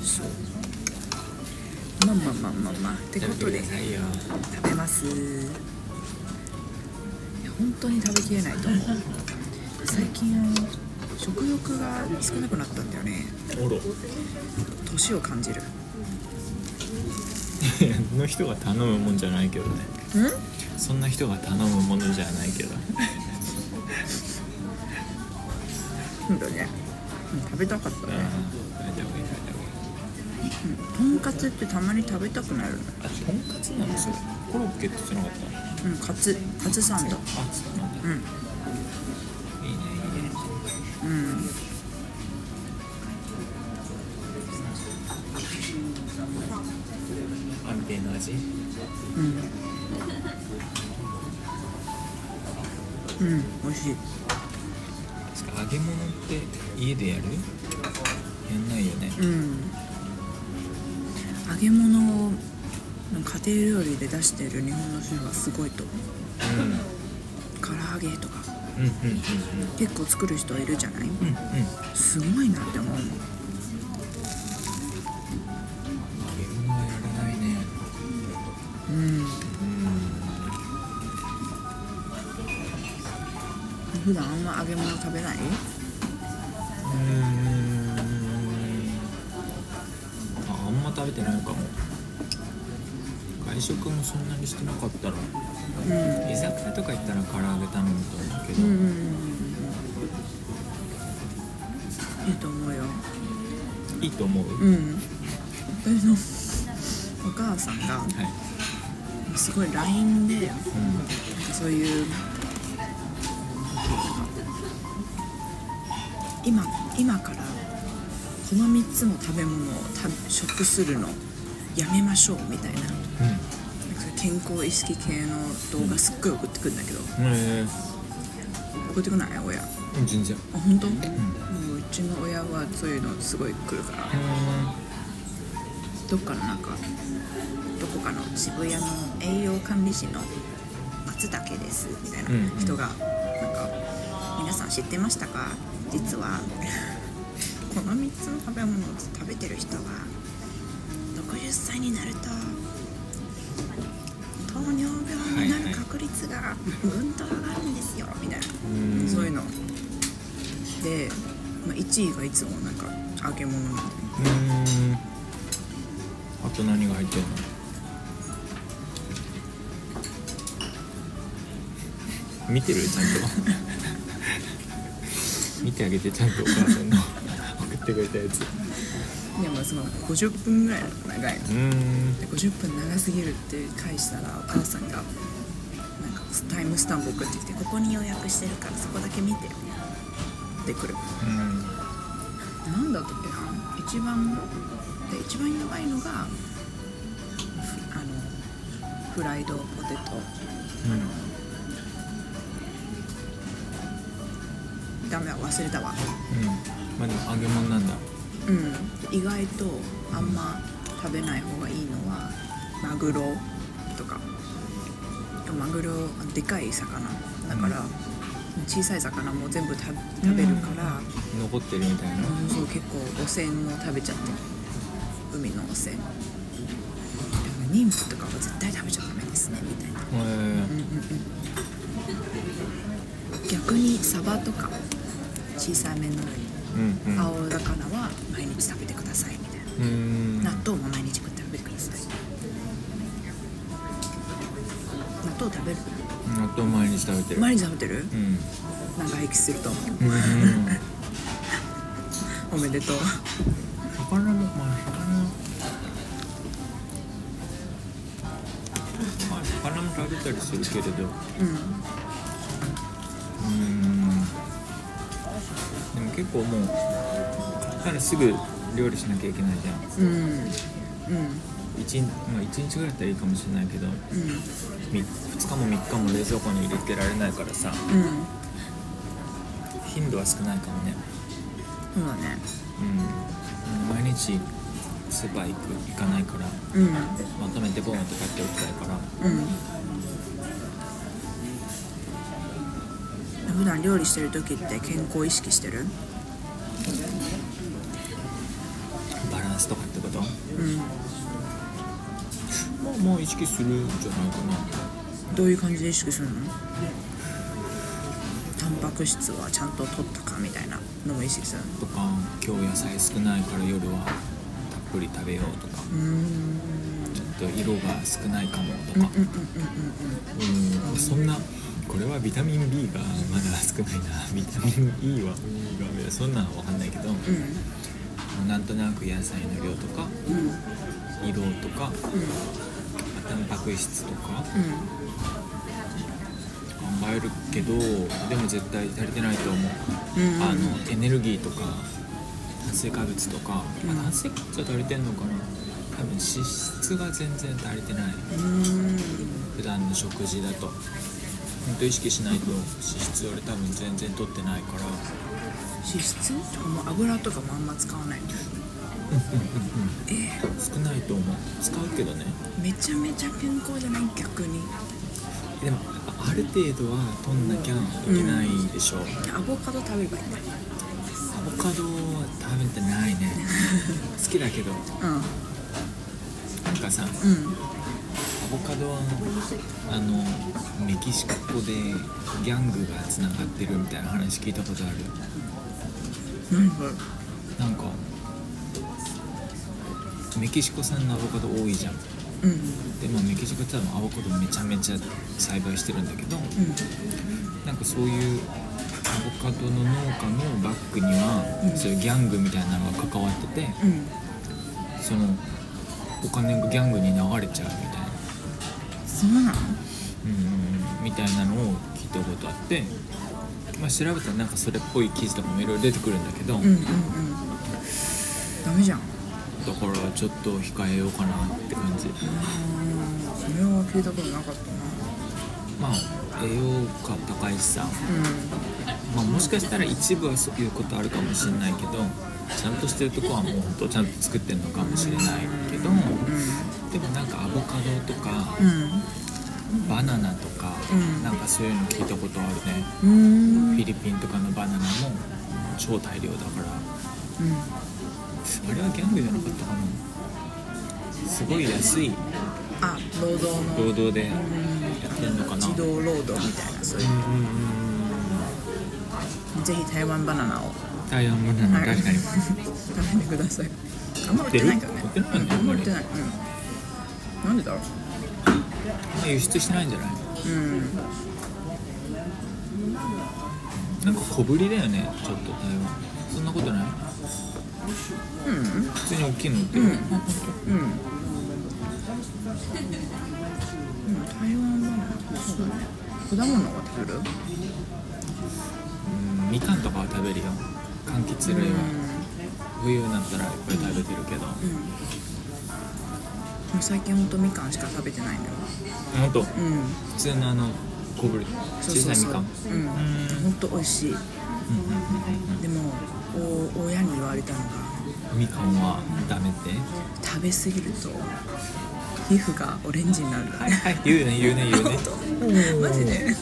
そうまあってことで食べます。いや本当に食べきれないと思う。最近食欲が少なくなったんだよね。年を感じる。 の人が頼むもんじゃないけどね。そんな人が頼むものじゃないけど。 本当ね、食べたかったね。とんかつってたまに食べたくなる。 あ、とんかつなのそれ。コロッケって言ってなかった？ カツサンド。 あ、そうなんだ。いいね。安定の味。 美味しい。 揚げ物って家でやる？やんないよね。 揚げ物を家庭料理で出してる日本の主婦はすごいと思う。唐揚げとか、結構作る人いるじゃない？すごいなって思う。 揚げ物はやらないね。 普段あんま揚げ物食べない？ あんま食べてないかも。外食もそんなにしてなかったら、居酒屋とか行ったら唐揚げ頼むと思うけど、 いいと思うよ。 いいと思う？ 私のお母さんが、すごい LINE で、そういう今からこの3つの食べ物を食するのやめましょうみたいな、健康意識系の動画すっごい送ってくるんだけど、送ってこない？親。 全然。 あ、本当？うちの親はそういうのすごい来るから、どっかの渋谷の栄養管理士の松竹ですみたいな人が、皆さん知ってましたか？実はこの3つの食べ物を食べてる人は60歳になると糖尿病になる確率がぐんと上がるんですよみたいな、そういうので、1位がいつも揚げ物なんだよ。 あと何が入ってるの？見てる？ちゃんと見てあげて、ちゃんとお母さんの送ってくれたやつ。 でもその50分ぐらい長いの。で50分長すぎるって返したら、お母さんがタイムスタンプ送ってきて、ここに予約してるからそこだけ見てってくる。なんだったっけな、一番やばいのがフライドポテト、ダメだ、忘れたわ。 でも揚げ物なんだ。 意外とあんま食べない方がいいのはマグロとか。マグロでかい魚だから、小さい魚も全部食べるから、 残ってるみたいな。 そう結構汚染も食べちゃって、海の汚染。妊婦とかは絶対食べちゃダメですねみたいな。逆にサバとか小さめの青魚は毎日食べてくださいみたいな。納豆も毎日食べてください。納豆食べる？ 納豆毎日食べてる。 毎日食べてる？長生きすると思う。おめでとう。 魚も魚も食べたりするけれど、でも結構もう買ったらすぐ料理しなきゃいけないじゃん。1日ぐらいだったらいいかもしれないけど、2日も3日も冷蔵庫に入れてられないからさ、頻度は少ないかもね。 そうだね。 毎日スーパー行かないから、まとめてボーンって買っておきたいから。 普段料理してる時って健康意識してる？ バラン話すとかってこと？ うんまあ意識するんじゃないかな。 どういう感じで意識するの？タンパク質はちゃんと取ったかみたいなのも意識するの？ とか今日野菜少ないから夜はたっぷり食べようとか、ちょっと色が少ないかもとか、そんなこれはビタミン B がまだ少ないな、ビタミン E はそんなのは分かんないけど、なんとなく野菜の量とか、色とか、タンパク質とか、考えるけど、でも絶対足りてないと思う。エネルギーとか炭水化物とか、炭水化物は足りてんのかな。多分脂質が全然足りてない。普段の食事だと本当意識しないと脂質俺多分全然取ってないから。 脂質も油とかもあんま使わないの？ 少ないと思う。使うけどね。 めちゃめちゃ健康じゃない？逆に。 でもある程度は取んなきゃいけないでしょ。 アボカド食べればいいんだよ。 アボカドは食べてないね。好きだけど、なんかさ、アボカドはメキシコでギャングがつながってるみたいな話聞いたことある？ 何これ？ なんかメキシコ産のアボカド多いじゃん。でもメキシコって多分アボカドめちゃめちゃ栽培してるんだけど、なんかそういうアボカドの農家のバックには、そういうギャングみたいなのが関わってて、そのお金がギャングに流れちゃうみたいな。 そうなの？ みたいなのを聞いたことあって、調べたらなんかそれっぽい記事とかもいろいろ出てくるんだけど、 ダメじゃん。 だからちょっと控えようかなって感じ。 それは聞いたことなかったな。 栄養価高いしさ、もしかしたら一部はそういうことあるかもしれないけど、ちゃんとしてるとこはもうほんとちゃんと作ってるのかもしれないけど、でもなんかアボカドとか、バナナとか、なんかそういうの聞いたことあるね。フィリピンとかのバナナも超大量だから、あれはギャングじゃなかったかな。すごい安い労働でやってんのかな。 児童労働みたいな、そういう、ぜひ台湾バナナを確かに食べてください。あんま売ってないからね。 売ってないの？ あんま売ってない。なんでだろう。 輸出してないんじゃない？なんか小ぶりだよね、ちょっと台湾。そんなことない？普通に大きいの売ってる。 台湾バナナ、そうだね。果物は食べる？ みかんとかは食べるよ。柑橘類は冬になったらいっぱい食べてるけど、 もう最近ほんとみかんしか食べてないのよ。 ほんと？普通の小ぶり小さいみかん。 ほんと美味しい。でも親に言われたのが、 みかんはダメって。 食べ過ぎると皮膚がオレンジになるんだね。 言うねマジで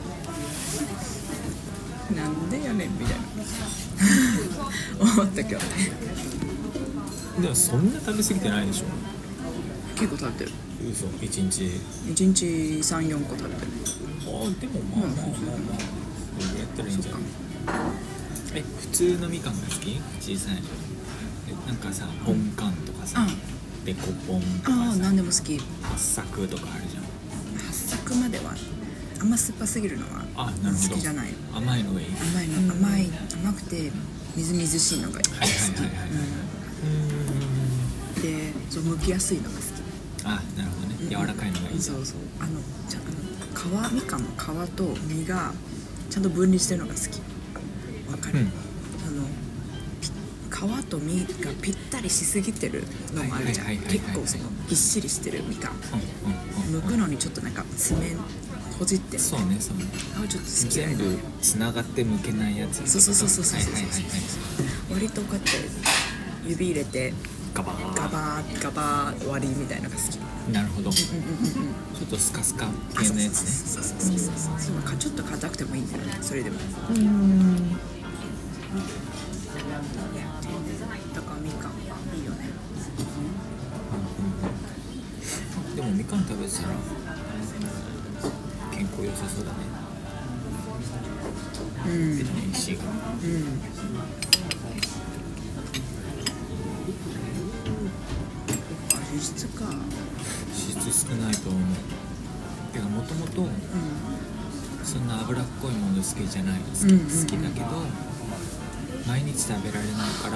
なんでやねんみたいな思ったけどね。 でもそんな食べ過ぎてないでしょ。 結構食べてる。 嘘。1日 3,4 個食べてる。 でもまあやったらいいんじゃない？普通のみかんが好き？小さいなんかさ、ポンカンとかさ、デコポンとかさ、 何でも好き。 八作とかあるじゃん。 八作まではあんま酸っぱすぎるのは好きじゃない。 甘いのがいい。 甘くてみずみずしいのが好き。で、剥きやすいのが好き。 なるほどね。柔らかいのがいい。 そうみかんの皮と実がちゃんと分離してるのが好き。わかる？皮と実がぴったりしすぎてるのもあるじゃん。結構ぎっしりしてるみかん、剥くのにちょっとなんか爪ほじってる。 そうね。 ちょっと好き。 全部つながって剥けないやつ。 そう割とこうやって指入れてガバー割りみたいなのが好き。 なるほど。ちょっとスカスカ系のやつね。 そうちょっと硬くてもいいんだよね、それでも。だからみかんいいよね。 みかん食べてたら健康良さそうだね。ビタミン C が。 脂質か。 脂質少ないと思う。てかもともとそんな脂っこいもの好きじゃない。好きだけど毎日食べられないから、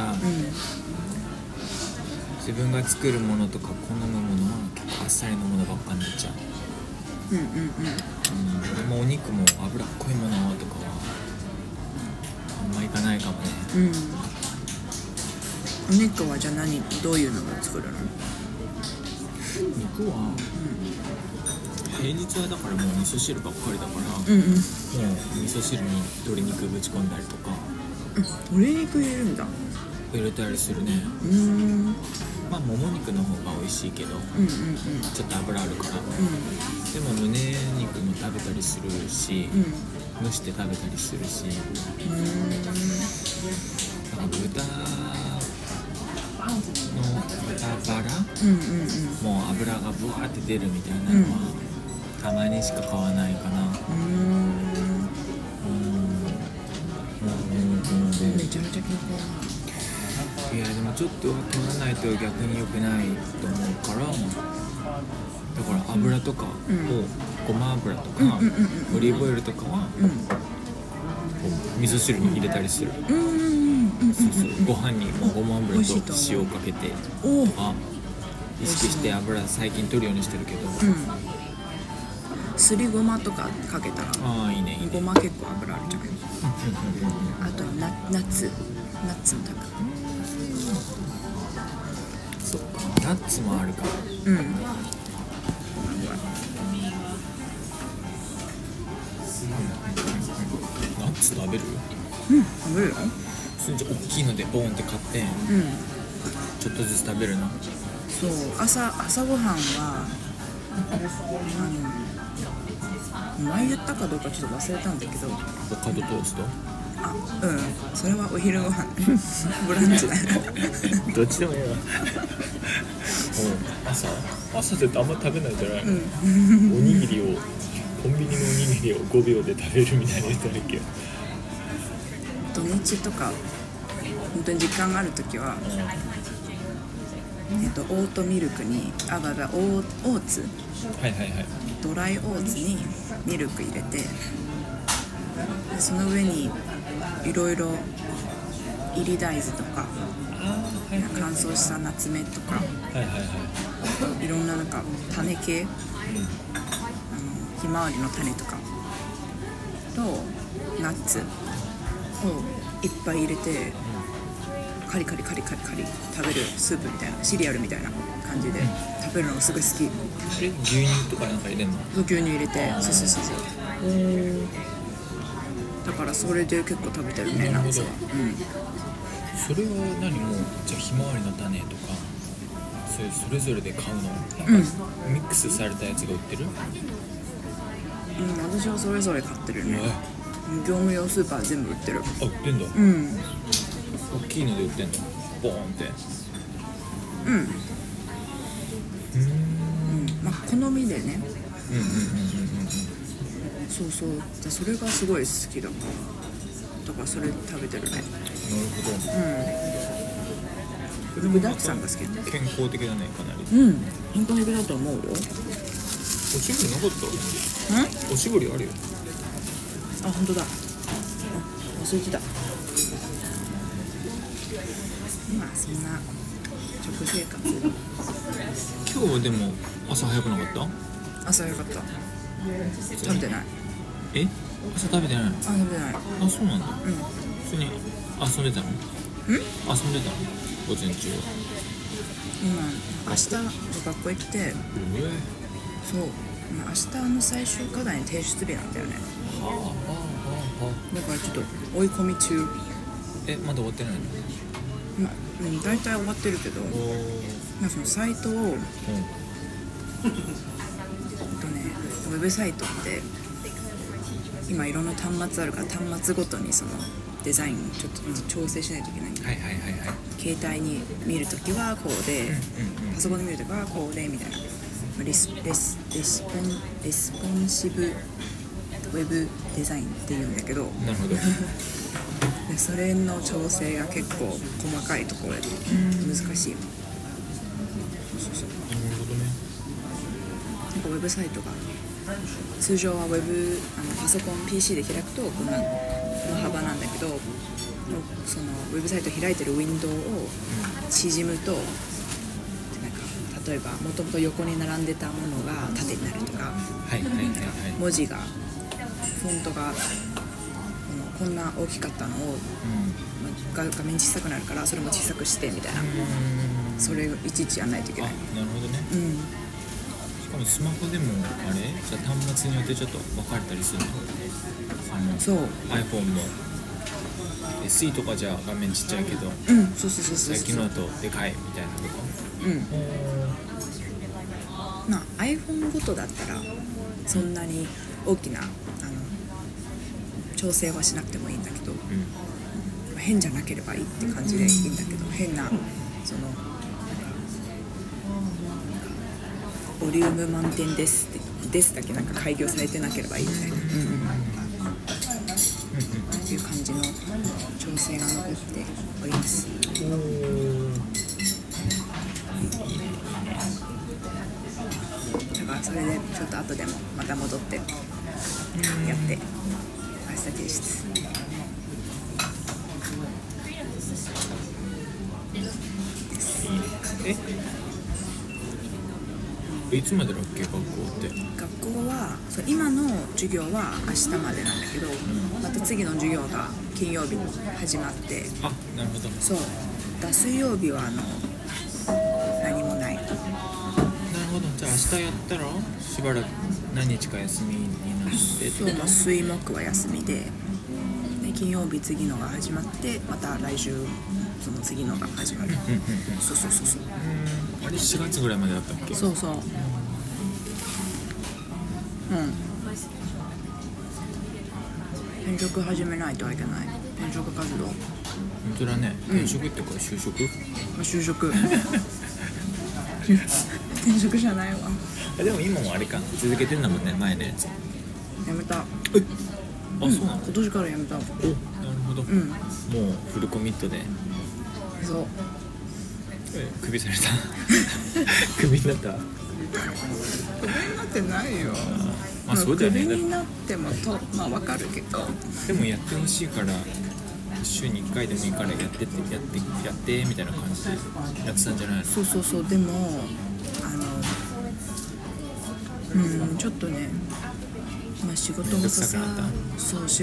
自分が作るものとか好むものは結構あっさりのものばっかになっちゃう。でもお肉も脂っこいものとかはあんまいかないかもね。 お肉はじゃあどういうのを作るの？ 肉は、平日はだからもう味噌汁ばっかりだから、もう味噌汁に鶏肉ぶち込んだりとか。 鶏肉入れるんだ。 入れたりするね。まあもも肉の方が美味しいけど、ちょっと油あるから、でも胸肉も食べたりするし、蒸して食べたりするし、なんか豚バラ、もう油がブワーって出るみたいなのは、たまにしか買わないかな。 めちゃめちゃ健康だ。 いやでもちょっと取らないと逆に良くないと思うから、だから油とかを、ごま油とか、オリーブオイルとかは、味噌汁に入れたりする。ご飯にもごま油と塩かけてとか意識して油最近取るようにしてるけど、 すりごまとかかけたら、 いいね。 ごま結構油あるじゃん。あとナッツも食べる。 そっか、ナッツもあるから。ナッツ食べる？ 食べるよ。 それじゃ大きいのでボーンって買って、ちょっとずつ食べるの？ そう、朝ごはんは前言ったかどうかちょっと忘れたんだけど、 アボカドトースト？ それはお昼ご飯ブランチだよ。 どっちでもいいわ。朝ってあんま食べないじゃないの、おにぎりをコンビニのおにぎりを5秒で食べるみたいなやつだっけ。 土日とか本当に時間があるときは、オートミルクにオーツ、ドライオーツにミルク入れて、その上にいろいろ炒り大豆とか、乾燥したナツメとか、いろんななんか種系、ひまわりの種とかとナッツをいっぱい入れて、カリカリ食べるスープみたいな、シリアルみたいな感じで食べるのがすごい好き。 牛乳とかなんか入れるの？ 牛乳入れて、そうだからそれで結構食べてるね。 なるほど。それは何もじゃあひまわりの種とかそれぞれで買うの？なんかミックスされたやつが売ってる？ 私はそれぞれ買ってるね。業務用スーパー全部売ってる。 売ってんだ。大きいので売ってんの？ボーンって。 まあ好みでね。それがすごい好きだからそれ食べてるね。なるほど。具だくさんが好き。 健康的だね、かなり。 健康的だと思うよ。 おしぼりなかった？おしぼりあるよ。 本当だ。忘れてた。まあそんな食生活。 今日はでも朝早くなかった？朝早かった。食べてない。 朝食べてないの？ 食べてない。 そうなんだ。普通に遊んでたの？遊んでたの？午前中は。 明日学校行って、そう明日の最終課題の提出日なんだよね。だからちょっと追い込み中。 まだ終わってないの？ 大体終わってるけど、そのサイトを、ウェブサイトって今いろんな端末あるから、端末ごとにそのデザインをちょっと調整しないといけない。携帯に見るときはこうで、パソコンで見るときはこうでみたいな。 レスポンシブウェブデザインっていうんだけど、 なるほど。 でそれの調整が結構細かいところで難しい。そうそう。 なるほどね。 なんかウェブサイトが通常はパソコン PC で開くとこの幅なんだけど、そのウェブサイト開いてるウィンドウを縮むと、なんか例えばもともと横に並んでたものが縦になるとか、文字がフォントがこんな大きかったのを、画面小さくなるからそれも小さくしてみたいな、それをいちいちやんないといけない。 なるほどね。しかもスマホでもあれじゃあ端末によってちょっと分かれたりするの？ そう iPhone も SE とかじゃ画面ちっちゃいけど、 そう最近のだとでかいみたいなとか。 まあ iPhone ごとだったらそんなに大きな調整はしなくてもいいんだけど、変じゃなければいいって感じでいいんだけど、変なそのボリューム満点ですだけなんか開業されてなければいいみたいな、っていう感じの調整が残っております。だからそれでちょっと後でもまた戻ってやって明日提出。 いつまでだっけ学校って？ 学校は今の授業は明日までなんだけど、また次の授業が金曜日に始まって。 あ、なるほど。 そうだ、水曜日は何もない。なるほど。じゃあ明日やったらしばらく何日か休みになって。 そう、水木は休みで金曜日次のが始まって、また来週その次のが始まる。そう。 あれ4月ぐらいまでだったっけ？ そう。転職始めないといけない。転職活動。 本当だね。転職ってこれ就職？ 就職。転職じゃないわ。 でも今もあれか、続けてんだもんね、前のやつ。 やめた。 そうなの？ 今年からやめた。なるほど。もうフルコミットで。 そう。 クビされた。クビになった。 クビになってないよ。 まあそうだよね。 クビになってもまあわかるけど。 でもやってほしいから週に1回でもいいからやってみたいな感じでやってたんじゃないの？ そうでもちょっとね、まあ仕事もさ、仕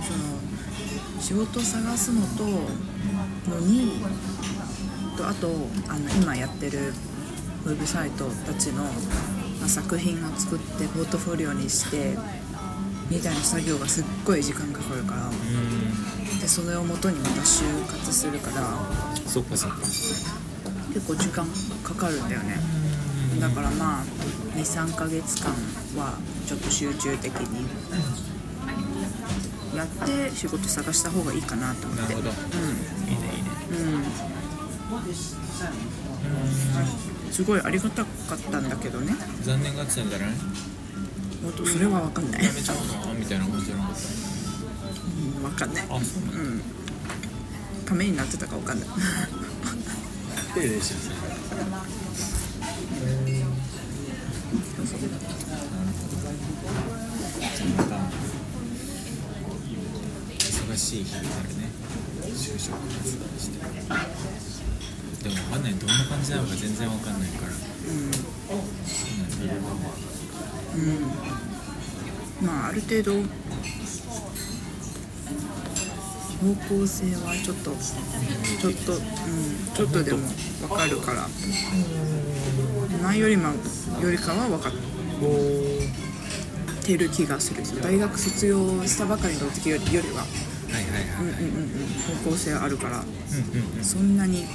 事探すのにあと今やってるウェブサイトたちの、作品を作ってポートフォリオにしてみたいな作業がすっごい時間かかるから、でそれをもとにまた就活するから、 そっか結構時間かかるんだよね。だからまあ 2,3 ヶ月間はちょっと集中的にやって仕事探した方がいいかなと思って。 なるほど。いいね。 すごいありがたかったんだけどね。 残念がってたんじゃない？ それは分かんない。 やめちゃうのみたいな感じじゃなかった？ 分かんない。 あ、そうなんだ。 ためになってたか分かんない。 手でしょ。また忙しい日があるね。就職活動して。でも分かんない、どんな感じなのか全然分かんないから。 まあある程度方向性はちょっとでも分かるから、前よりかは分かってる気がする。大学卒業したばかりの時よりは方向性あるから、そんなに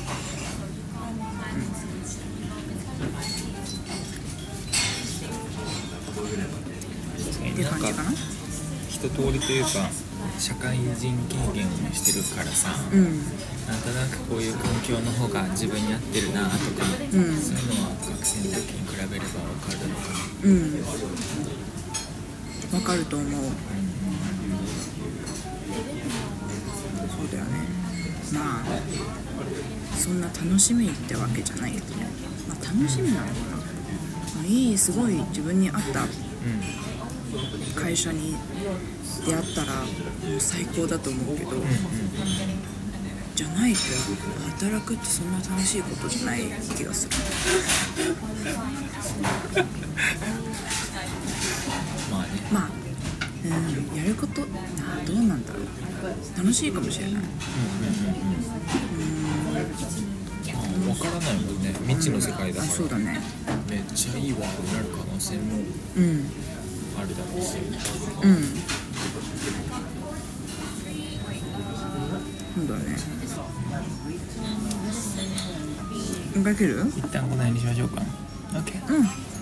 って感じかな。 一通りというか社会人経験をしてるからさ、なんとなくこういう環境の方が自分に合ってるなとか、そういうのは生の時に比べれば分かるのかうん、分かると思う。そうだよね。まあそんな楽しみってわけじゃないけどね。まあ楽しみなのかな。すごい自分に合った会社に出会ったらもう最高だと思うけど、じゃないと働くってそんな楽しいことじゃない気がする。 まあね、 まあ、やることどうなんだろう。楽しいかもしれない。 分からないもんね、未知の世界だから、 そうだね。 めっちゃいいわになる可能性もあるだろうし、 そうだね。かける？ 一旦この辺にしましょうか。 OK。